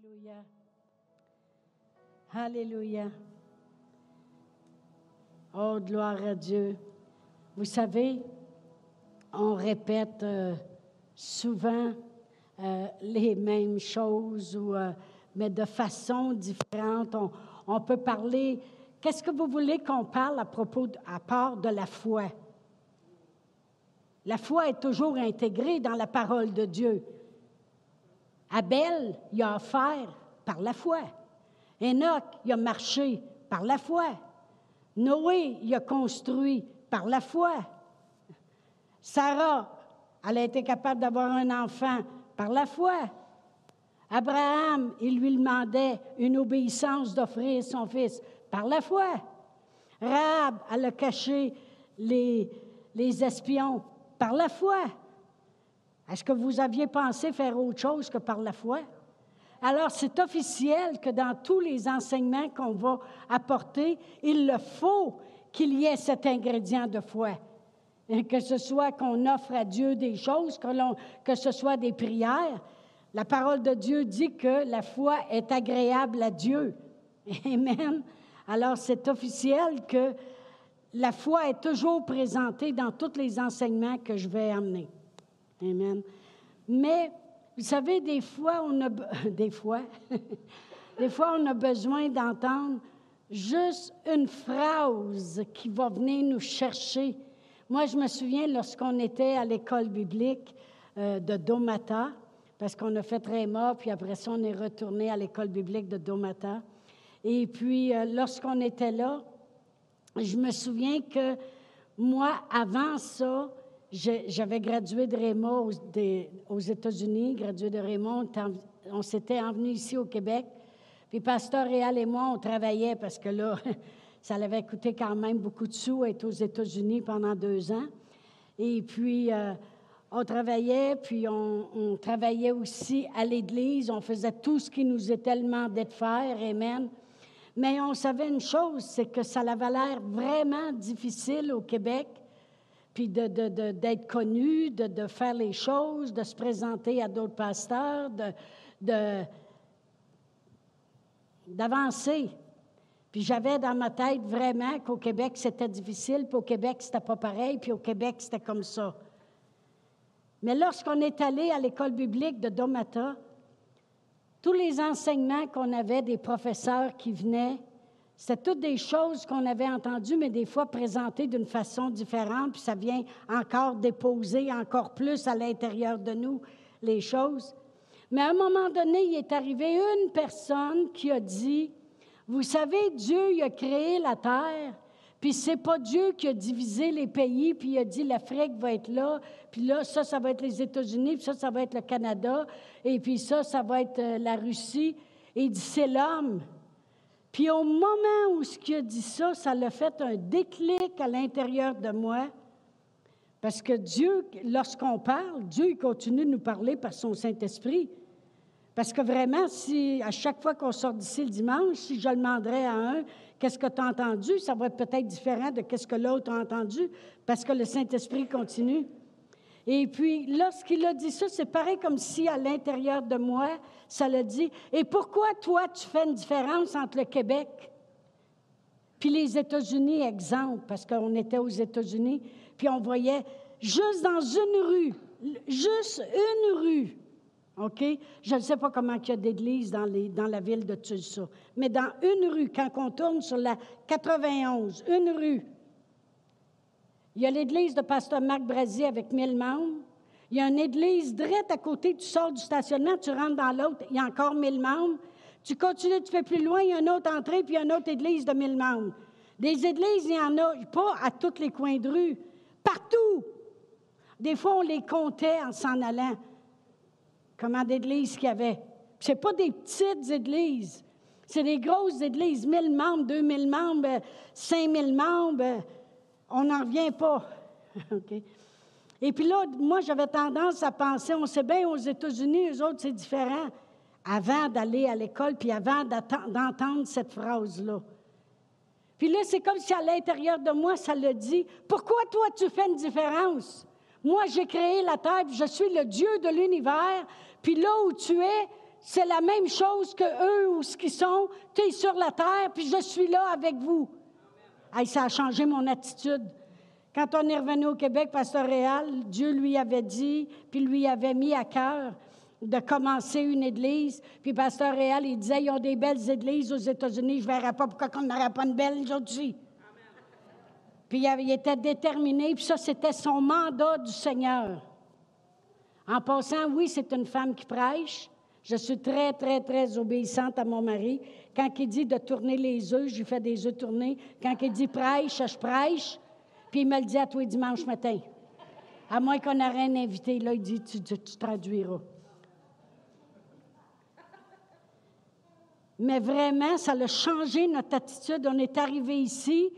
Alléluia. Alléluia. Oh, gloire à Dieu. Vous savez, on répète souvent les mêmes choses, mais de façon différente. On peut parler. Qu'est-ce que vous voulez qu'on parle à part de la foi? La foi est toujours intégrée dans la parole de Dieu. Abel, il a offert par la foi. Enoch, il a marché par la foi. Noé, il a construit par la foi. Sarah, elle a été capable d'avoir un enfant par la foi. Abraham, il lui demandait une obéissance d'offrir son fils par la foi. Rahab, elle a caché les espions par la foi. Est-ce que vous aviez pensé faire autre chose que par la foi? Alors, c'est officiel que dans tous les enseignements qu'on va apporter, il le faut qu'il y ait cet ingrédient de foi. Et que ce soit qu'on offre à Dieu des choses, que ce soit des prières. La parole de Dieu dit que la foi est agréable à Dieu. Amen. Alors, c'est officiel que la foi est toujours présentée dans tous les enseignements que je vais amener. Amen. Mais, vous savez, des fois, on a besoin d'entendre juste une phrase qui va venir nous chercher. Moi, je me souviens, lorsqu'on était à l'école biblique de Domata, parce qu'on a fait Réma, puis après ça, on est retourné à l'école biblique de Domata. Et puis, lorsqu'on était là, je me souviens que moi, avant ça, j'avais gradué de Réma aux États-Unis, gradué de Réma, on s'était envenus ici au Québec. Puis Pasteur Réal et moi, on travaillait parce que là, ça avait coûté quand même beaucoup de sous être aux États-Unis pendant 2 ans. Et puis, on travaillait, puis on travaillait aussi à l'Église. On faisait tout ce qui nous était demandé de faire, amen. Mais on savait une chose, c'est que ça avait l'air vraiment difficile au Québec, puis d'être connu, de faire les choses, de se présenter à d'autres pasteurs, d'avancer. Puis j'avais dans ma tête vraiment qu'au Québec, c'était difficile, puis au Québec, c'était pas pareil, puis au Québec, c'était comme ça. Mais lorsqu'on est allé à l'école biblique de Domata, tous les enseignements qu'on avait des professeurs qui venaient, c'était toutes des choses qu'on avait entendues, mais des fois présentées d'une façon différente, puis ça vient encore déposer encore plus à l'intérieur de nous les choses. Mais à un moment donné, il est arrivé une personne qui a dit, « Vous savez, Dieu, il a créé la terre, puis c'est pas Dieu qui a divisé les pays, puis il a dit l'Afrique va être là, puis là, ça va être les États-Unis, puis ça va être le Canada, et puis ça va être la Russie. » Et il dit, « C'est l'homme. » Puis au moment où il a dit ça, ça l'a fait un déclic à l'intérieur de moi, parce que Dieu, lorsqu'on parle, Dieu il continue de nous parler par son Saint-Esprit. Parce que vraiment, si à chaque fois qu'on sort d'ici le dimanche, si je demanderais à un, qu'est-ce que tu as entendu, ça va être peut-être différent de qu'est-ce que l'autre a entendu, parce que le Saint-Esprit continue. Et puis, lorsqu'il a dit ça, c'est pareil comme si à l'intérieur de moi, ça l'a dit, « Et pourquoi toi, tu fais une différence entre le Québec puis les États-Unis, exemple, parce qu'on était aux États-Unis, puis on voyait juste dans une rue, OK? Je ne sais pas comment il y a d'églises dans la ville de Tulsa, mais dans une rue, quand on tourne sur la 91, une rue, il y a l'église de Pasteur Marc Brasier avec 1000 membres. Il y a une église direct à côté, tu sors du stationnement, tu rentres dans l'autre, il y a encore 1000 membres. Tu continues, tu fais plus loin, il y a une autre entrée, puis il y a une autre église de 1000 membres. Des églises, il y en a pas à tous les coins de rue, partout. Des fois, on les comptait en s'en allant. Comment d'églises qu'il y avait. Ce n'est pas des petites églises. C'est des grosses églises, 1000 membres, 2000 membres, 5000 membres. On n'en revient pas. Okay. Et puis là, moi, j'avais tendance à penser, on sait bien, aux États-Unis, eux autres, c'est différent. Avant d'aller à l'école, puis avant d'entendre cette phrase-là. Puis là, c'est comme si à l'intérieur de moi, ça le dit. Pourquoi toi, tu fais une différence? Moi, j'ai créé la terre, puis je suis le Dieu de l'univers. Puis là où tu es, c'est la même chose que eux ou ce qu'ils sont. Tu es sur la terre, puis je suis là avec vous. Hey, ça a changé mon attitude. Quand on est revenu au Québec, Pasteur Réal, Dieu lui avait dit, puis lui avait mis à cœur de commencer une église. Puis Pasteur Réal, il disait, ils ont des belles églises aux États-Unis, je ne verrai pas pourquoi on n'aurait pas une belle aujourd'hui. Puis il était déterminé, puis ça, c'était son mandat du Seigneur. En passant, oui, c'est une femme qui prêche. Je suis très, très, très obéissante à mon mari. Quand il dit de tourner les œufs, je lui fais des œufs tournés. Quand il dit prêche, je prêche. Puis il me le dit à tous les dimanches matin. À moins qu'on ait un invité, là, il dit, tu traduiras. Mais vraiment, ça a changé notre attitude. On est arrivé ici.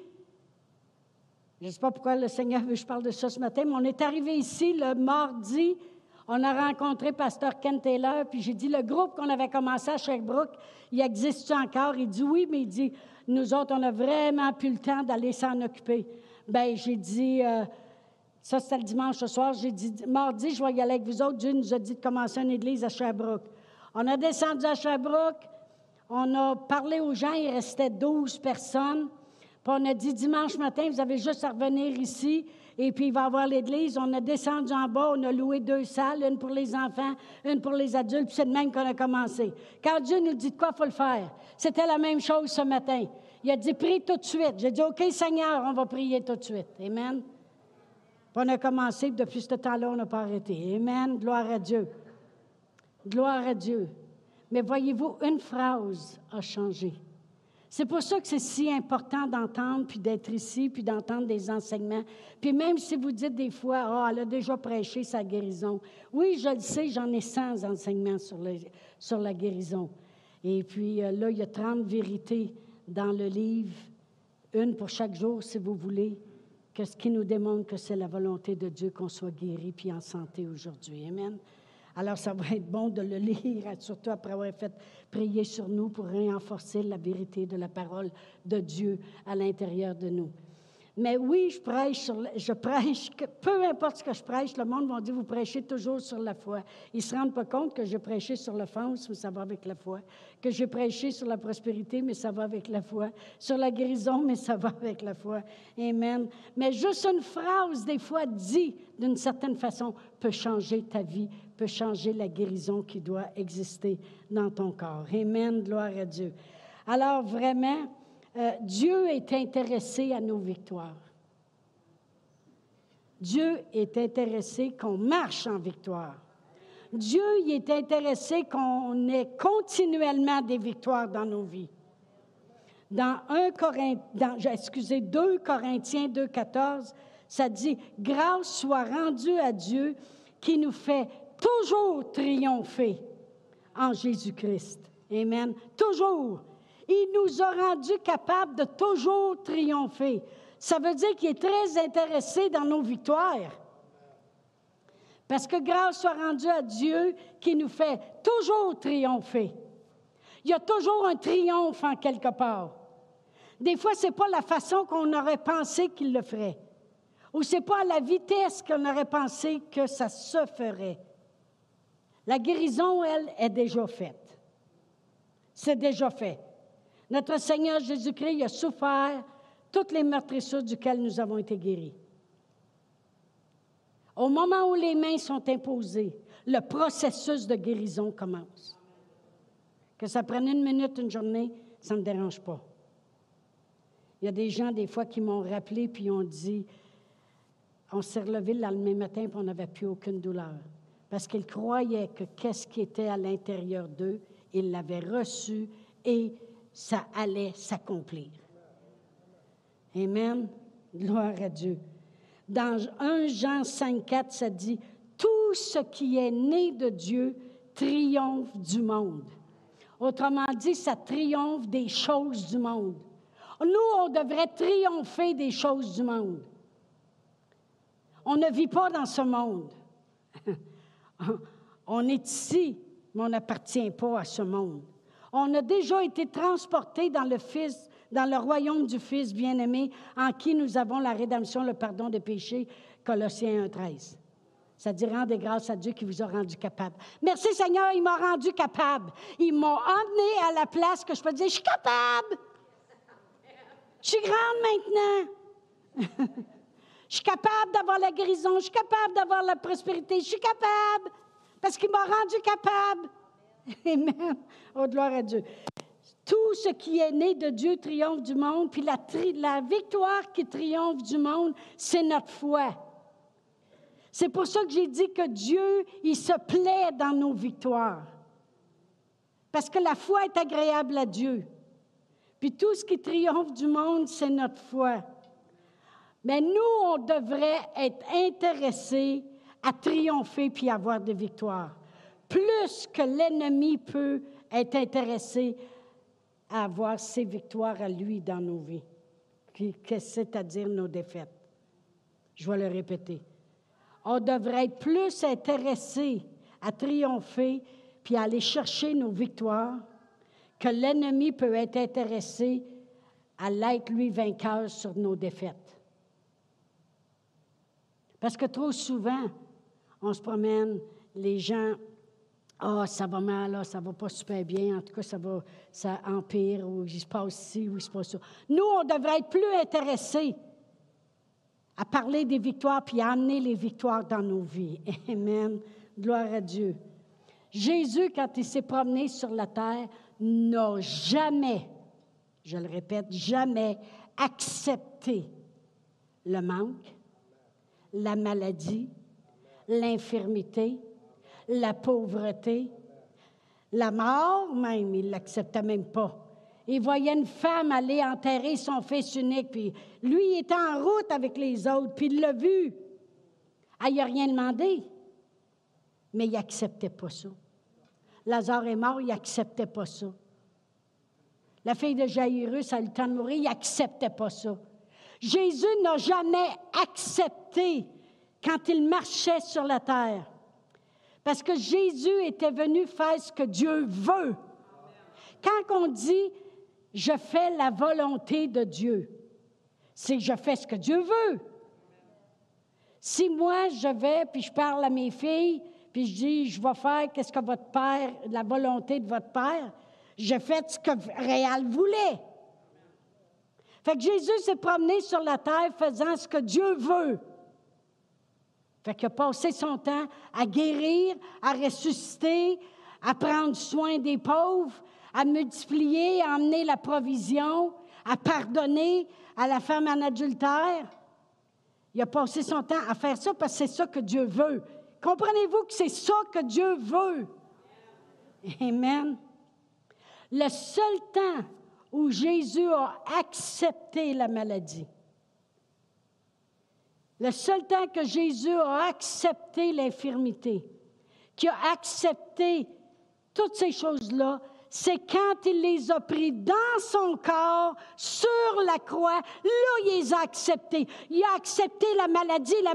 Je ne sais pas pourquoi le Seigneur veut que je parle de ça ce matin, mais on est arrivé ici le mardi. On a rencontré Pasteur Ken Taylor, puis j'ai dit, le groupe qu'on avait commencé à Sherbrooke, il existe encore? Il dit oui, mais il dit, nous autres, on n'a vraiment plus le temps d'aller s'en occuper. Bien, j'ai dit, ça c'était le dimanche ce soir, j'ai dit, mardi, je vais y aller avec vous autres. Dieu nous a dit de commencer une église à Sherbrooke. On a descendu à Sherbrooke, on a parlé aux gens, il restait 12 personnes. Puis on a dit, dimanche matin, vous avez juste à revenir ici, et puis il va y avoir l'église. On a descendu en bas, on a loué 2 salles, une pour les enfants, une pour les adultes, puis c'est de même qu'on a commencé. Quand Dieu nous dit de quoi il faut le faire, c'était la même chose ce matin. Il a dit, prie tout de suite. J'ai dit, OK, Seigneur, on va prier tout de suite. Amen. Puis on a commencé, puis depuis ce temps-là, on n'a pas arrêté. Amen. Gloire à Dieu. Gloire à Dieu. Mais voyez-vous, une phrase a changé. C'est pour ça que c'est si important d'entendre, puis d'être ici, puis d'entendre des enseignements. Puis même si vous dites des fois, « Ah, elle a déjà prêché sa guérison. » Oui, je le sais, j'en ai 100 enseignements sur la guérison. Et puis là, il y a 30 vérités dans le livre, une pour chaque jour, si vous voulez, que ce qui nous démontre que c'est la volonté de Dieu qu'on soit guéri puis en santé aujourd'hui. Amen. Alors, ça va être bon de le lire, surtout après avoir fait prier sur nous pour renforcer la vérité de la parole de Dieu à l'intérieur de nous. Mais oui, je prêche, peu importe ce que je prêche, le monde va dire, vous prêchez toujours sur la foi. Ils ne se rendent pas compte que j'ai prêché sur l'offense, mais ça va avec la foi. Que j'ai prêché sur la prospérité, mais ça va avec la foi. Sur la guérison, mais ça va avec la foi. Amen. Mais juste une phrase, des fois, dit d'une certaine façon, peut changer ta vie, peut changer la guérison qui doit exister dans ton corps. Amen. Gloire à Dieu. Alors, vraiment, Dieu est intéressé à nos victoires. Dieu est intéressé qu'on marche en victoire. Dieu il est intéressé qu'on ait continuellement des victoires dans nos vies. Dans 2 Corinthiens 2,14, ça dit « Grâce soit rendue à Dieu qui nous fait toujours triompher en Jésus-Christ. » Amen. Toujours. Il nous a rendus capables de toujours triompher. Ça veut dire qu'il est très intéressé dans nos victoires. Parce que grâce soit rendue à Dieu qui nous fait toujours triompher. Il y a toujours un triomphe en quelque part. Des fois, ce n'est pas la façon qu'on aurait pensé qu'il le ferait. Ou ce n'est pas à la vitesse qu'on aurait pensé que ça se ferait. La guérison, elle, est déjà faite. C'est déjà fait. Notre Seigneur Jésus-Christ il a souffert toutes les meurtrissures duquel nous avons été guéris. Au moment où les mains sont imposées, le processus de guérison commence. Que ça prenne 1 minute, une journée, ça ne me dérange pas. Il y a des gens, des fois, qui m'ont rappelé puis ont dit, on s'est relevé le lendemain matin puis on n'avait plus aucune douleur. Parce qu'ils croyaient que qu'est-ce qui était à l'intérieur d'eux, ils l'avaient reçu et ça allait s'accomplir. Amen. Gloire à Dieu. Dans 1 Jean 5,4, ça dit « Tout ce qui est né de Dieu triomphe du monde. » Autrement dit, ça triomphe des choses du monde. Nous, on devrait triompher des choses du monde. On ne vit pas dans ce monde. On est ici, mais on n'appartient pas à ce monde. On a déjà été transportés dans le royaume du Fils bien-aimé, en qui nous avons la rédemption, le pardon des péchés, Colossiens 1,13. Ça dit, rendez grâce à Dieu qui vous a rendu capable. Merci Seigneur, il m'a rendu capable. Il m'a emmené à la place que je peux dire, je suis capable. Je suis grande maintenant. Je suis capable d'avoir la guérison. Je suis capable d'avoir la prospérité. Je suis capable. Parce qu'il m'a rendu capable. Amen. Oh, gloire à Dieu. Tout ce qui est né de Dieu triomphe du monde. Puis la victoire qui triomphe du monde, c'est notre foi. C'est pour ça que j'ai dit que Dieu, il se plaît dans nos victoires. Parce que la foi est agréable à Dieu. Puis tout ce qui triomphe du monde, c'est notre foi. Mais nous, on devrait être intéressés à triompher puis avoir des victoires. Plus que l'ennemi peut être intéressé à avoir ses victoires à lui dans nos vies, c'est-à-dire nos défaites. Je vais le répéter. On devrait être plus intéressé à triompher puis à aller chercher nos victoires que l'ennemi peut être intéressé à l'être, lui, vainqueur sur nos défaites. Parce que trop souvent, on se promène, les gens, ça va mal, ça va pas super bien, en tout cas, ça empire, ou il se passe ci, ou il se passe ça. Nous, on devrait être plus intéressés à parler des victoires, puis à amener les victoires dans nos vies. Amen. Gloire à Dieu. Jésus, quand il s'est promené sur la terre, n'a jamais, je le répète, jamais accepté le manque, la maladie, l'infirmité, la pauvreté, la mort même, il ne l'acceptait même pas. Il voyait une femme aller enterrer son fils unique, puis lui, il était en route avec les autres, puis il l'a vu. Il n'a rien demandé, mais il n'acceptait pas ça. Lazare est mort, il n'acceptait pas ça. La fille de Jairus a eu le temps de mourir, il n'acceptait pas ça. Jésus n'a jamais accepté quand il marchait sur la terre. Parce que Jésus était venu faire ce que Dieu veut. Quand on dit « je fais la volonté de Dieu », c'est que je fais ce que Dieu veut. Si moi, je vais, puis je parle à mes filles, puis je dis « je vais faire qu'est-ce que votre père, la volonté de votre père », je fais ce que Réal voulait. Fait que Jésus s'est promené sur la terre faisant ce que Dieu veut. Fait qu'il a passé son temps à guérir, à ressusciter, à prendre soin des pauvres, à multiplier, à emmener la provision, à pardonner à la femme en adultère. Il a passé son temps à faire ça parce que c'est ça que Dieu veut. Comprenez-vous que c'est ça que Dieu veut? Amen. Le seul temps où Jésus a accepté la maladie, le seul temps que Jésus a accepté l'infirmité, qui a accepté toutes ces choses-là, c'est quand il les a pris dans son corps, sur la croix, là, il les a acceptés. Il a accepté la maladie, le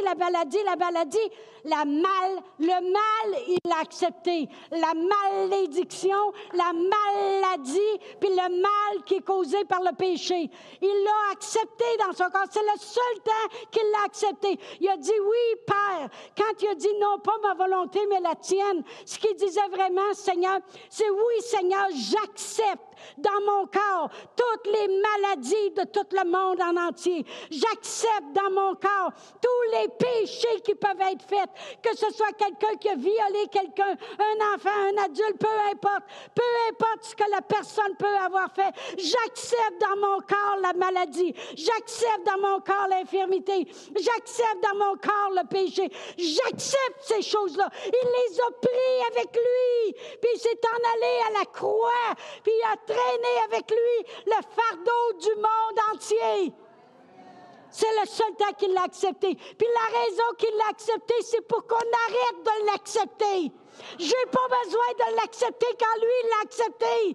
mal, il l'a accepté. La malédiction, la maladie, puis le mal qui est causé par le péché. Il l'a accepté dans son corps. C'est le seul temps qu'il l'a accepté. Il a dit, oui, Père. Quand il a dit, non, pas ma volonté, mais la tienne, ce qu'il disait vraiment, Seigneur, c'est oui, Seigneur, j'accepte dans mon corps toutes les maladies de tout le monde en entier. J'accepte dans mon corps tous les péchés qui peuvent être faits, que ce soit quelqu'un qui a violé quelqu'un, un enfant, un adulte, peu importe ce que la personne peut avoir fait. J'accepte dans mon corps la maladie. J'accepte dans mon corps l'infirmité. J'accepte dans mon corps le péché. J'accepte ces choses-là. Il les a pris avec lui, puis il s'est en allé à la croix, puis il a traîné avec lui le fardeau du monde entier. C'est le seul temps qu'il l'a accepté. Puis la raison qu'il l'a accepté, c'est pour qu'on arrête de l'accepter. Je n'ai pas besoin de l'accepter quand lui, il l'a accepté.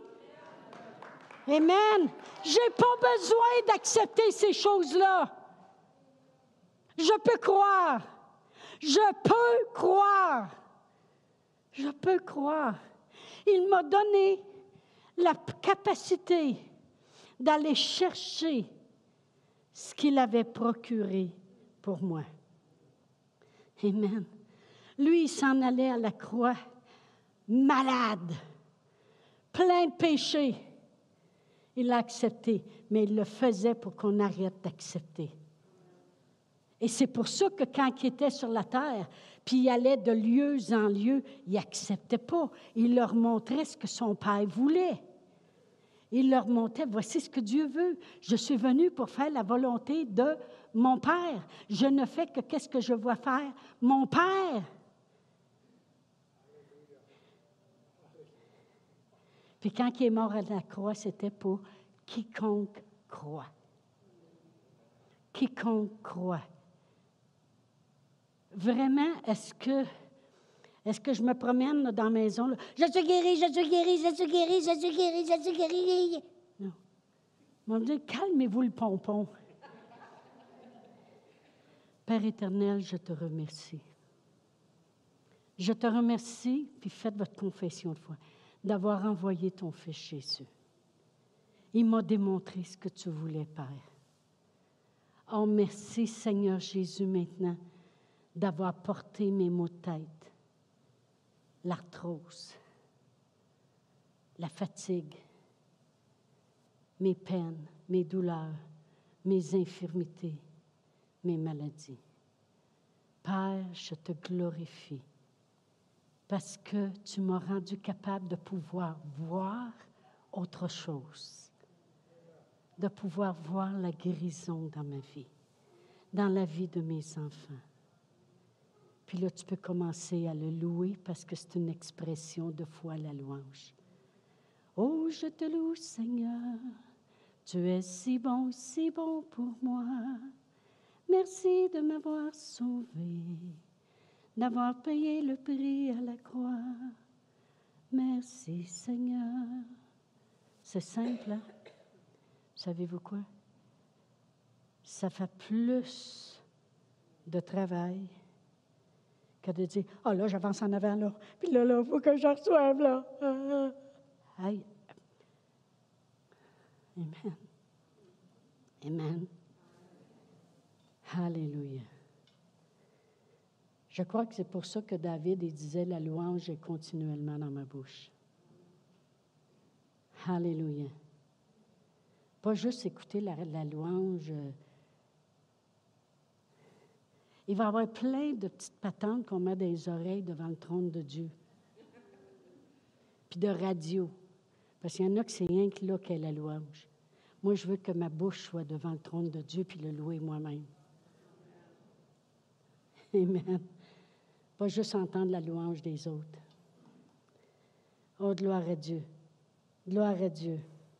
Amen. Je n'ai pas besoin d'accepter ces choses-là. Je peux croire. Je peux croire. Je peux croire. Il m'a donné la capacité d'aller chercher ce qu'il avait procuré pour moi. Amen. Lui, il s'en allait à la croix, malade, plein de péchés. Il l'a accepté, mais il le faisait pour qu'on arrête d'accepter. Et c'est pour ça que quand il était sur la terre, puis il allait de lieu en lieu, il n'acceptait pas. Il leur montrait ce que son Père voulait. Il leur montrait, voici ce que Dieu veut. Je suis venu pour faire la volonté de mon Père. Je ne fais que qu'est-ce que je vois faire mon Père. Puis quand il est mort à la croix, c'était pour quiconque croit. Quiconque croit. Vraiment, est-ce que je me promène là, dans la maison? Là, je suis guéri, je suis guéri, je suis guéri, je suis guéri, je suis guéri. Non. On me dit, calmez-vous le pompon. Père éternel, je te remercie. Je te remercie, puis faites votre confession de foi, d'avoir envoyé ton Fils Jésus. Il m'a démontré ce que tu voulais, Père. Oh, merci, Seigneur Jésus, maintenant, d'avoir porté mes maux de tête, l'arthrose, la fatigue, mes peines, mes douleurs, mes infirmités, mes maladies. Père, je te glorifie parce que tu m'as rendu capable de pouvoir voir autre chose, de pouvoir voir la guérison dans ma vie, dans la vie de mes enfants. Puis là, tu peux commencer à le louer parce que c'est une expression de foi, la louange. Oh, je te loue, Seigneur, tu es si bon pour moi. Merci de m'avoir sauvé, d'avoir payé le prix à la croix. Merci, Seigneur. C'est simple, hein? Savez-vous quoi? Ça fait plus de travail que de dire, « Ah là, j'avance en avant, là. Puis là, il faut que je reçoive, là. Aïe. Amen. Amen. Alléluia. Je crois que c'est pour ça que David, il disait, la louange est continuellement dans ma bouche. Alléluia. Pas juste écouter la louange. Il va y avoir plein de petites patentes qu'on met dans les oreilles devant le trône de Dieu. Puis de radio. Parce qu'il y en a que c'est rien que là qu'est la louange. Moi, je veux que ma bouche soit devant le trône de Dieu puis le louer moi-même. Amen. Pas juste entendre la louange des autres. Oh, gloire à Dieu. Gloire à Dieu.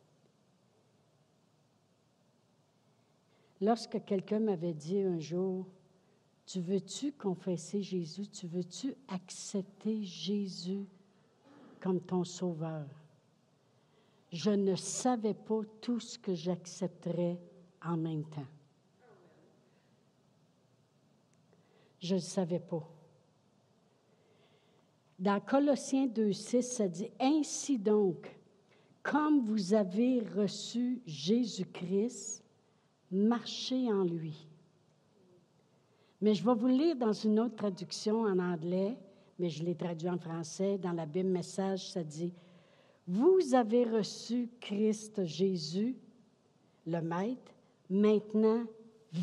Lorsque quelqu'un m'avait dit un jour, « Tu veux-tu confesser Jésus? Tu veux-tu accepter Jésus comme ton sauveur? » Je ne savais pas tout ce que j'accepterais en même temps. Je ne savais pas. Dans Colossiens 2,6, ça dit, « Ainsi donc, comme vous avez reçu Jésus-Christ, marchez en lui. » Mais je vais vous le lire dans une autre traduction en anglais, mais je l'ai traduit en français. Dans la Bible Message, ça dit, « Vous avez reçu Christ Jésus, le Maître, maintenant vivez-le. »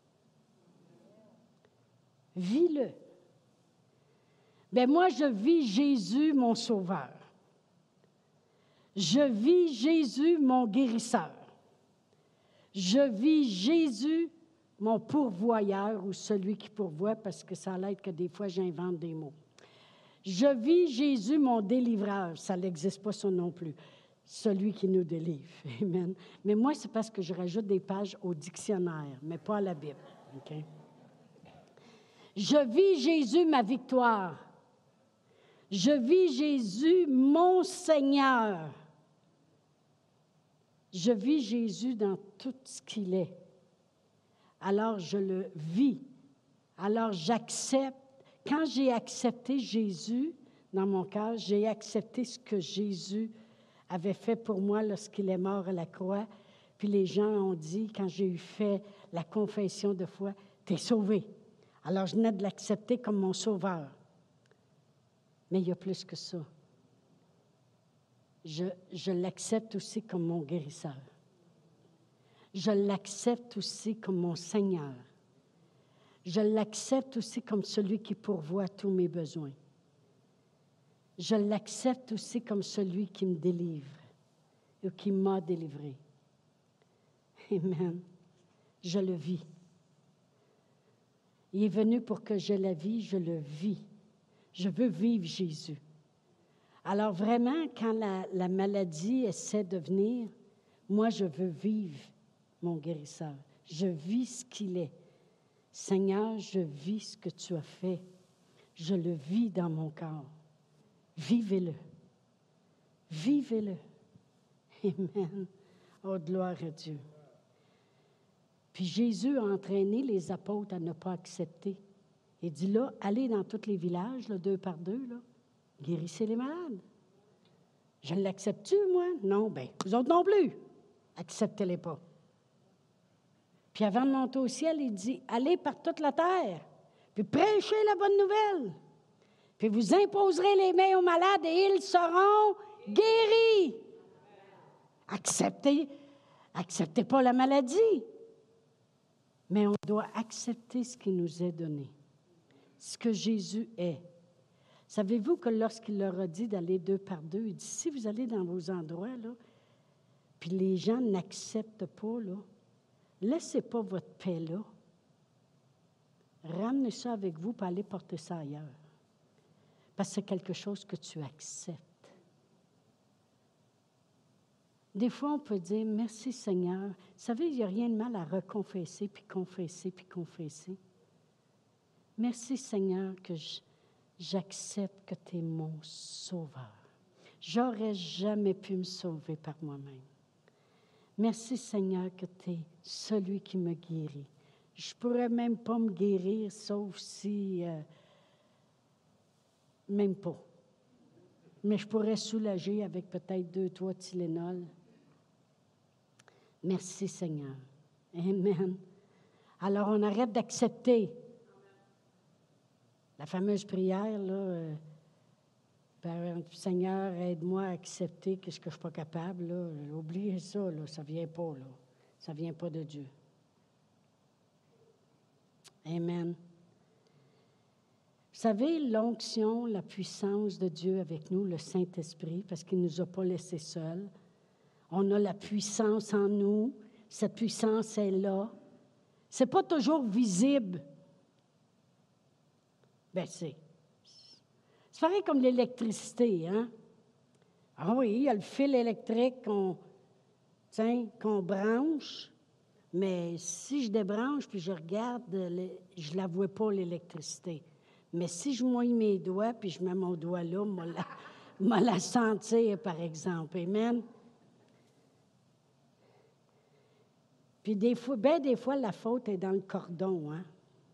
Vis-le. Bien, moi, je vis Jésus, mon Sauveur. Je vis Jésus, mon guérisseur. Je vis Jésus, mon pourvoyeur, ou celui qui pourvoit, parce que ça l'aide que des fois, j'invente des mots. Je vis Jésus, mon délivreur. Ça n'existe pas, ça non plus. Celui qui nous délivre. Amen. Mais moi, c'est parce que je rajoute des pages au dictionnaire, mais pas à la Bible. Okay? Je vis Jésus, ma victoire. Je vis Jésus, mon Seigneur. Je vis Jésus dans tout ce qu'il est. Alors, je le vis. Alors, j'accepte. Quand j'ai accepté Jésus dans mon cœur, j'ai accepté ce que Jésus avait fait pour moi lorsqu'il est mort à la croix. Puis les gens ont dit, quand j'ai eu fait la confession de foi, « T'es sauvé. » Alors, je venais de l'accepter comme mon sauveur. Mais il y a plus que ça. Je l'accepte aussi comme mon guérisseur. Je l'accepte aussi comme mon Seigneur. Je l'accepte aussi comme celui qui pourvoit tous mes besoins. Je l'accepte aussi comme celui qui me délivre ou qui m'a délivré. Amen. Je le vis. Il est venu pour que je la vie, je le vis. Je veux vivre Jésus. Alors vraiment, quand la maladie essaie de venir, moi, je veux vivre mon guérisseur. Je vis ce qu'il est. Seigneur, je vis ce que tu as fait. Je le vis dans mon corps. Vivez-le. Vivez-le. Amen. Oh, gloire à Dieu. Puis Jésus a entraîné les apôtres à ne pas accepter. Il dit là, allez dans tous les villages, là, 2 par 2, là, guérissez les malades. Je l'accepte-tu, moi? Non, bien, vous autres non plus. Acceptez-les pas. Puis avant de monter au ciel, il dit, allez par toute la terre, puis prêchez la bonne nouvelle. Puis vous imposerez les mains aux malades et ils seront guéris. Acceptez pas la maladie. Mais on doit accepter ce qui nous est donné, ce que Jésus est. Savez-vous que lorsqu'il leur a dit d'aller 2 par 2, il dit, si vous allez dans vos endroits, là, puis les gens n'acceptent pas, là, laissez pas votre paix là. Ramenez ça avec vous pour aller porter ça ailleurs. Parce que c'est quelque chose que tu acceptes. Des fois, on peut dire, merci Seigneur. Vous savez, il n'y a rien de mal à reconfesser, puis confesser, puis confesser. Merci Seigneur que j'accepte que tu es mon sauveur. J'aurais jamais pu me sauver par moi-même. Merci Seigneur que tu es celui qui me guérit. Je ne pourrais même pas me guérir, sauf si... même pas. Mais je pourrais soulager avec peut-être 2-3 Tylenol. Merci Seigneur. Amen. Alors, on arrête d'accepter. La fameuse prière, là, Seigneur, aide-moi à accepter ce que je ne suis pas capable. Là. Oubliez ça, là, ça ne vient pas. Là. Ça ne vient pas de Dieu. Amen. Vous savez, l'onction, la puissance de Dieu avec nous, le Saint-Esprit, parce qu'il ne nous a pas laissés seuls. On a la puissance en nous. Cette puissance est là. Ce n'est pas toujours visible. Bien, c'est pareil comme l'électricité, hein? Ah oui, il y a le fil électrique qu'on branche, mais si je débranche puis je regarde, je ne la vois pas, l'électricité. Mais si je mouille mes doigts puis je mets mon doigt là, moi la sentir, par exemple. Amen? Puis des fois, la faute est dans le cordon, hein?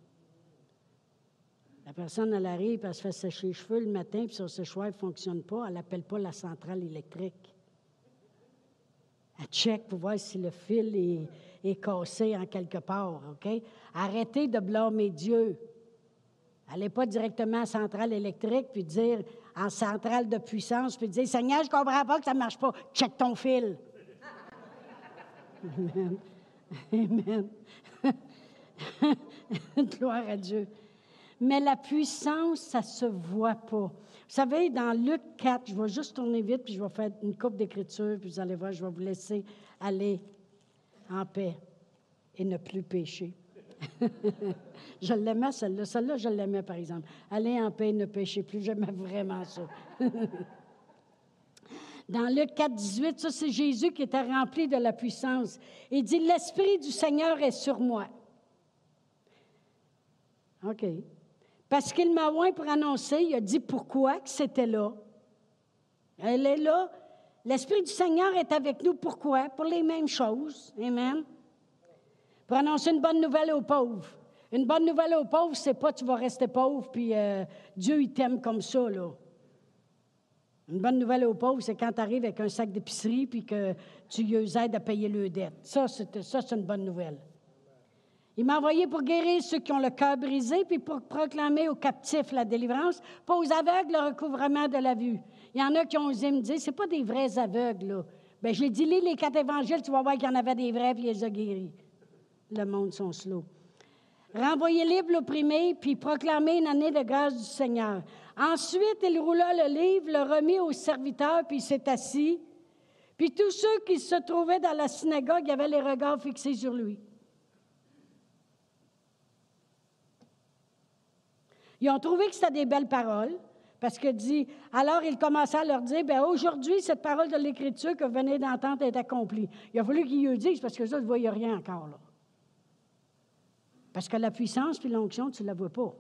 La personne, elle arrive, elle se fait sécher les cheveux le matin, puis son séchoir ne fonctionne pas, elle n'appelle pas la centrale électrique. Elle check pour voir si le fil est cassé en quelque part, OK? Arrêtez de blâmer Dieu. Allez pas directement à la centrale électrique, puis dire, en centrale de puissance, puis dire, Seigneur, je ne comprends pas que ça ne marche pas. Check ton fil. Amen. Amen. Gloire à Dieu. Mais la puissance, ça ne se voit pas. Vous savez, dans Luc 4, je vais juste tourner vite, puis je vais faire une coupe d'écriture, puis vous allez voir, je vais vous laisser aller en paix et ne plus pécher. Je l'aimais, celle-là. Celle-là, je l'aimais, par exemple. Aller en paix et ne péchez plus. J'aimais vraiment ça. Dans Luc 4, 18, ça, c'est Jésus qui était rempli de la puissance. Il dit, « L'Esprit du Seigneur est sur moi. » OK. Parce qu'il m'a oint pour annoncer, il a dit pourquoi que c'était là. Elle est là. L'Esprit du Seigneur est avec nous. Pourquoi? Pour les mêmes choses. Amen. Pour annoncer une bonne nouvelle aux pauvres. Une bonne nouvelle aux pauvres, c'est pas tu vas rester pauvre, puis Dieu, il t'aime comme ça, là. Une bonne nouvelle aux pauvres, c'est quand tu arrives avec un sac d'épicerie, puis que tu les aides à payer leurs dettes. Ça, c'est une bonne nouvelle. Il m'a envoyé pour guérir ceux qui ont le cœur brisé, puis pour proclamer aux captifs la délivrance, pas aux aveugles le recouvrement de la vue. Il y en a qui ont osé me dire, c'est pas des vrais aveugles, là. Bien, j'ai dit, lis les 4 évangiles, tu vas voir qu'il y en avait des vrais, puis il les a guéris. Le monde sont slow. Renvoyer libre l'opprimé, puis proclamer une année de grâce du Seigneur. Ensuite, il roula le livre, le remit au serviteur, puis il s'est assis. Puis tous ceux qui se trouvaient dans la synagogue avaient les regards fixés sur lui. Ils ont trouvé que c'était des belles paroles, parce que dit, alors il commença à leur dire, bien aujourd'hui, cette parole de l'Écriture que vous venez d'entendre est accomplie. Il a fallu qu'ils le disent, parce que ça, ils ne voyaient rien encore, là. Parce que la puissance puis l'onction, tu ne la vois pas.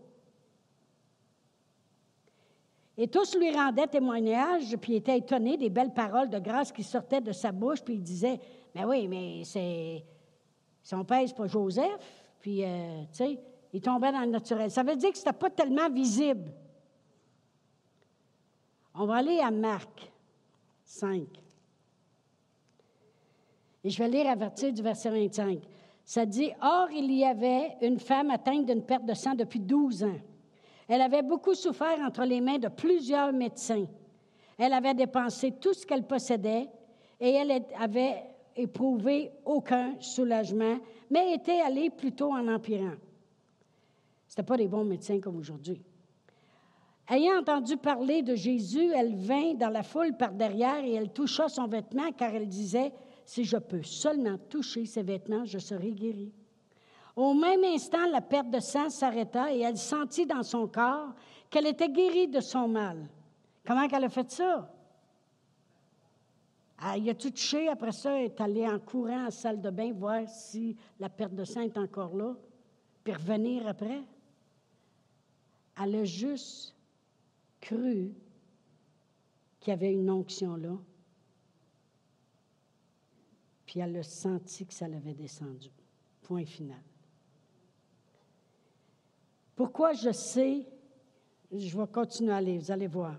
Et tous lui rendaient témoignage, puis étaient étonnés des belles paroles de grâce qui sortaient de sa bouche, puis il disait, mais oui, mais c'est son père, c'est pas Joseph, puis, tu sais, il tombait dans le naturel. Ça veut dire que ce n'était pas tellement visible. On va aller à Marc 5. Et je vais lire à partir du verset 25. Ça dit, « Or, il y avait une femme atteinte d'une perte de sang depuis 12 ans. Elle avait beaucoup souffert entre les mains de plusieurs médecins. Elle avait dépensé tout ce qu'elle possédait et elle avait éprouvé aucun soulagement, mais était allée plutôt en empirant. » Ce n'étaient pas des bons médecins comme aujourd'hui. Ayant entendu parler de Jésus, elle vint dans la foule par derrière et elle toucha son vêtement car elle disait, « Si je peux seulement toucher ses vêtements, je serai guérie. » Au même instant, la perte de sang s'arrêta et elle sentit dans son corps qu'elle était guérie de son mal. Comment elle a fait ça? Elle a tout touché, après ça, elle est allée en courant à la salle de bain voir si la perte de sang est encore là, puis revenir après. Elle a juste cru qu'il y avait une onction là, puis elle a senti que ça l'avait descendu. Point final. Pourquoi je sais, je vais continuer à aller, vous allez voir,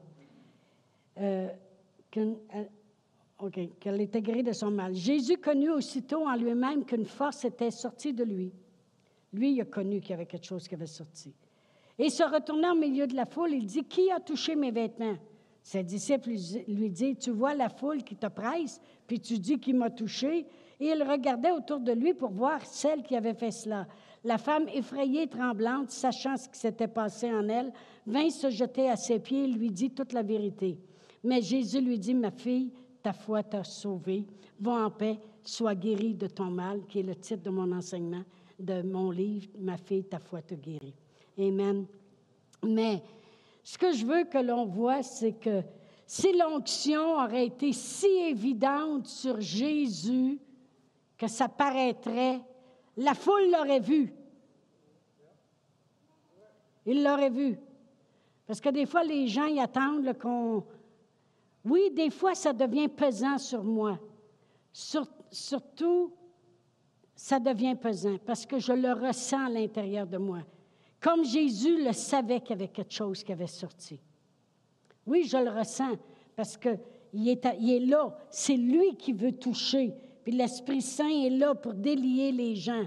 qu'elle était guérie de son mal. Jésus connut aussitôt en lui-même qu'une force était sortie de lui. Lui, il a connu qu'il y avait quelque chose qui avait sorti. Et se retournant au milieu de la foule, il dit, « Qui a touché mes vêtements? » Ses disciples lui disent, « Tu vois la foule qui te presse, puis tu dis qui m'a touché. » Et il regardait autour de lui pour voir celle qui avait fait cela. La femme, effrayée et tremblante, sachant ce qui s'était passé en elle, vint se jeter à ses pieds et lui dit toute la vérité. Mais Jésus lui dit, « Ma fille, ta foi t'a sauvée. Va en paix, sois guérie de ton mal, qui est le titre de mon enseignement, de mon livre, « Ma fille, ta foi t'a guérie. » Amen. Mais ce que je veux que l'on voit, c'est que si l'onction aurait été si évidente sur Jésus que ça paraîtrait, la foule l'aurait vu. Ils l'auraient vu. Parce que des fois, les gens y attendent là, qu'on... Oui, des fois, ça devient pesant sur moi. Surtout, ça devient pesant parce que je le ressens à l'intérieur de moi. Comme Jésus le savait qu'il y avait quelque chose qui avait sorti. Oui, je le ressens parce qu'il est là. C'est lui qui veut toucher. Puis l'Esprit Saint est là pour délier les gens.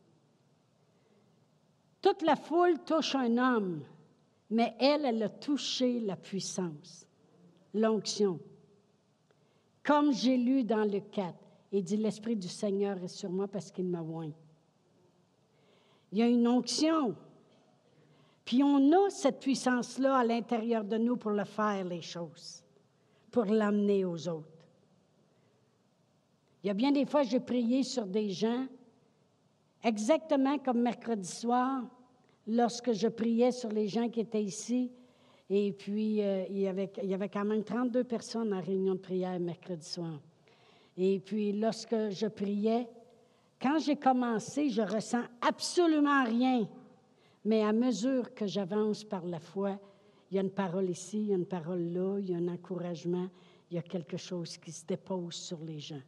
Toute la foule touche un homme, mais elle a touché la puissance, l'onction. Comme j'ai lu dans Luc 4, il dit, « L'Esprit du Seigneur est sur moi parce qu'il m'a oint. » Il y a une onction. Puis on a cette puissance-là à l'intérieur de nous pour le faire, les choses, pour l'amener aux autres. Il y a bien des fois, j'ai prié sur des gens, exactement comme mercredi soir, lorsque je priais sur les gens qui étaient ici, et puis il y avait quand même 32 personnes en réunion de prière mercredi soir. Et puis lorsque je priais, quand j'ai commencé, je ressens absolument rien. Mais à mesure que j'avance par la foi, il y a une parole ici, il y a une parole là, il y a un encouragement, il y a quelque chose qui se dépose sur les gens.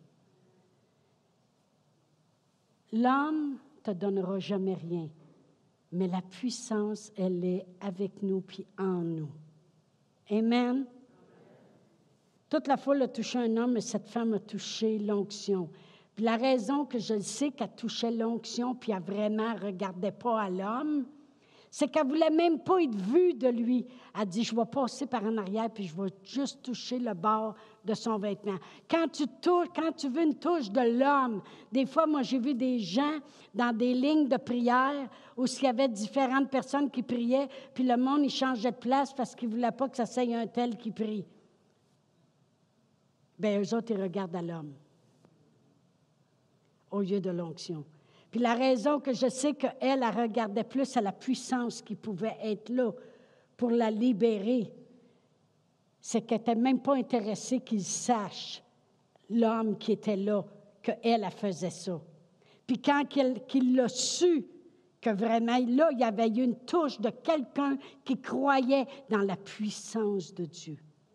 L'homme ne te donnera jamais rien, mais la puissance, elle est avec nous puis en nous. Amen. Toute la foule a touché un homme, mais cette femme a touché l'onction. Puis la raison que je le sais qu'elle touchait l'onction, puis elle vraiment ne regardait pas à l'homme, c'est qu'elle ne voulait même pas être vue de lui. Elle dit, je vais passer par en arrière, puis je vais juste toucher le bord de son vêtement. Quand tu veux une touche de l'homme, des fois, moi, j'ai vu des gens dans des lignes de prière où il y avait différentes personnes qui priaient, puis le monde, il changeait de place parce qu'il ne voulait pas que ça soit un tel qui prie. Bien, eux autres, ils regardent à l'homme au lieu de l'onction. Puis la raison que je sais qu'elle, elle regardait plus à la puissance qui pouvait être là pour la libérer, c'est qu'elle n'était même pas intéressée qu'il sache, l'homme qui était là, qu'elle, elle faisait ça. Puis quand qu'il l'a su, que vraiment, là, il y avait eu une touche de quelqu'un qui croyait dans la puissance de Dieu.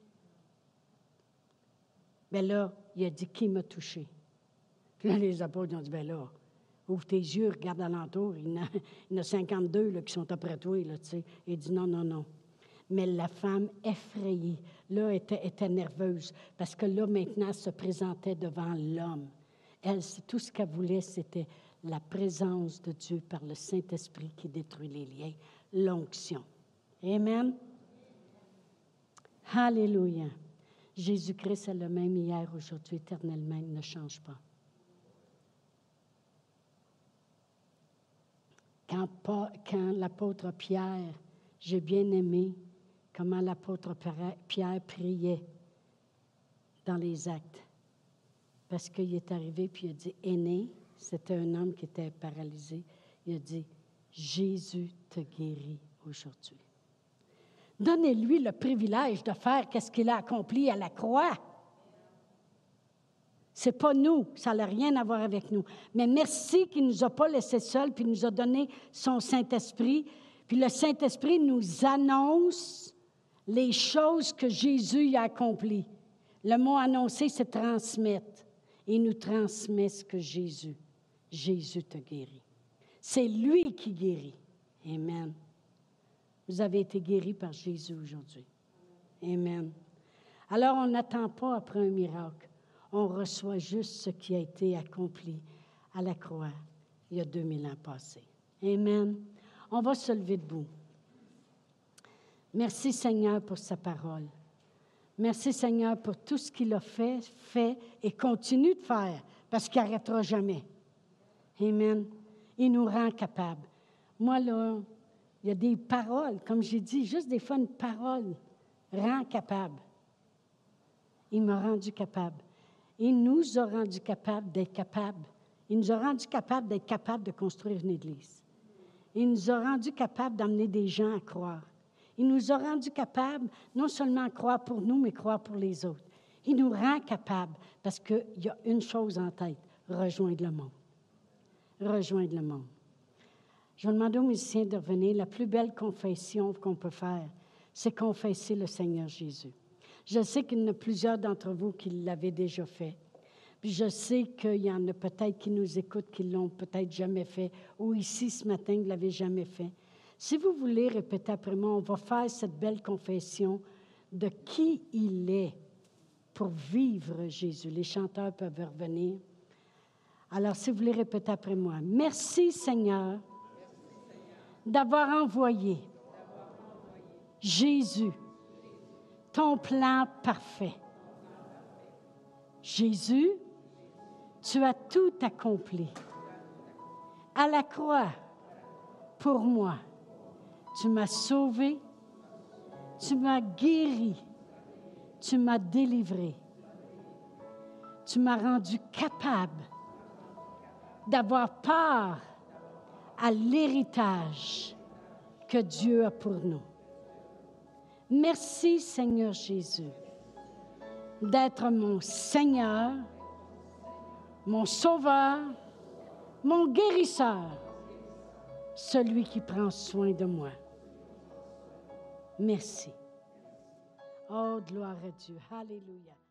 Bien là, il a dit, qui m'a touché? Puis là, les apôtres ont dit, bien là, ouvre tes yeux, regarde alentour. Il y en a 52 là, qui sont après toi. Là, tu sais. Il dit non, non, non. Mais la femme effrayée, là, était nerveuse parce que là, maintenant, elle se présentait devant l'homme. Elle, tout ce qu'elle voulait, c'était la présence de Dieu par le Saint-Esprit qui détruit les liens, l'onction. Amen. Alléluia. Jésus-Christ est le même hier, aujourd'hui, éternellement. Il ne change pas. Quand l'apôtre Pierre, j'ai bien aimé comment l'apôtre Pierre priait dans les actes. Parce qu'il est arrivé puis il a dit, Aîné, c'était un homme qui était paralysé. Il a dit, Jésus te guérit aujourd'hui. Donnez-lui le privilège de faire ce qu'il a accompli à la croix. Ce n'est pas nous, ça n'a rien à voir avec nous. Mais merci qu'il ne nous a pas laissés seuls, puis il nous a donné son Saint-Esprit. Puis le Saint-Esprit nous annonce les choses que Jésus a accomplies. Le mot annoncer, c'est transmettre. Il nous transmet ce que Jésus te guérit. C'est lui qui guérit. Amen. Vous avez été guéris par Jésus aujourd'hui. Amen. Alors, on n'attend pas après un miracle. On reçoit juste ce qui a été accompli à la croix il y a 2000 ans passés. Amen. On va se lever debout. Merci Seigneur pour sa parole. Merci Seigneur pour tout ce qu'il a fait et continue de faire parce qu'il n'arrêtera jamais. Amen. Il nous rend capables. Moi, là, il y a des paroles, comme j'ai dit, juste des fois une parole rend capable. Il m'a rendu capable. Il nous a rendu capables d'être capables. Il nous a rendu capables d'être capables de construire une église. Il nous a rendu capables d'amener des gens à croire. Il nous a rendu capables non seulement à croire pour nous, mais croire pour les autres. Il nous rend capables parce qu'il y a une chose en tête, rejoindre le monde. Rejoindre le monde. Je vais demander aux musiciens de revenir. La plus belle confession qu'on peut faire, c'est confesser le Seigneur Jésus. Je sais qu'il y en a plusieurs d'entre vous qui l'avaient déjà fait. Puis je sais qu'il y en a peut-être qui nous écoutent, qui ne l'ont peut-être jamais fait, ou ici ce matin, vous ne l'avez jamais fait. Si vous voulez répéter après moi, on va faire cette belle confession de qui il est pour vivre Jésus. Les chanteurs peuvent revenir. Alors, si vous voulez répéter après moi, merci Seigneur d'avoir envoyé Jésus, ton plan parfait. Jésus, tu as tout accompli. À la croix, pour moi, tu m'as sauvé, tu m'as guéri, tu m'as délivré. Tu m'as rendu capable d'avoir part à l'héritage que Dieu a pour nous. Merci, Seigneur Jésus, d'être mon Seigneur, mon Sauveur, mon guérisseur, celui qui prend soin de moi. Merci. Oh, gloire à Dieu. Alléluia.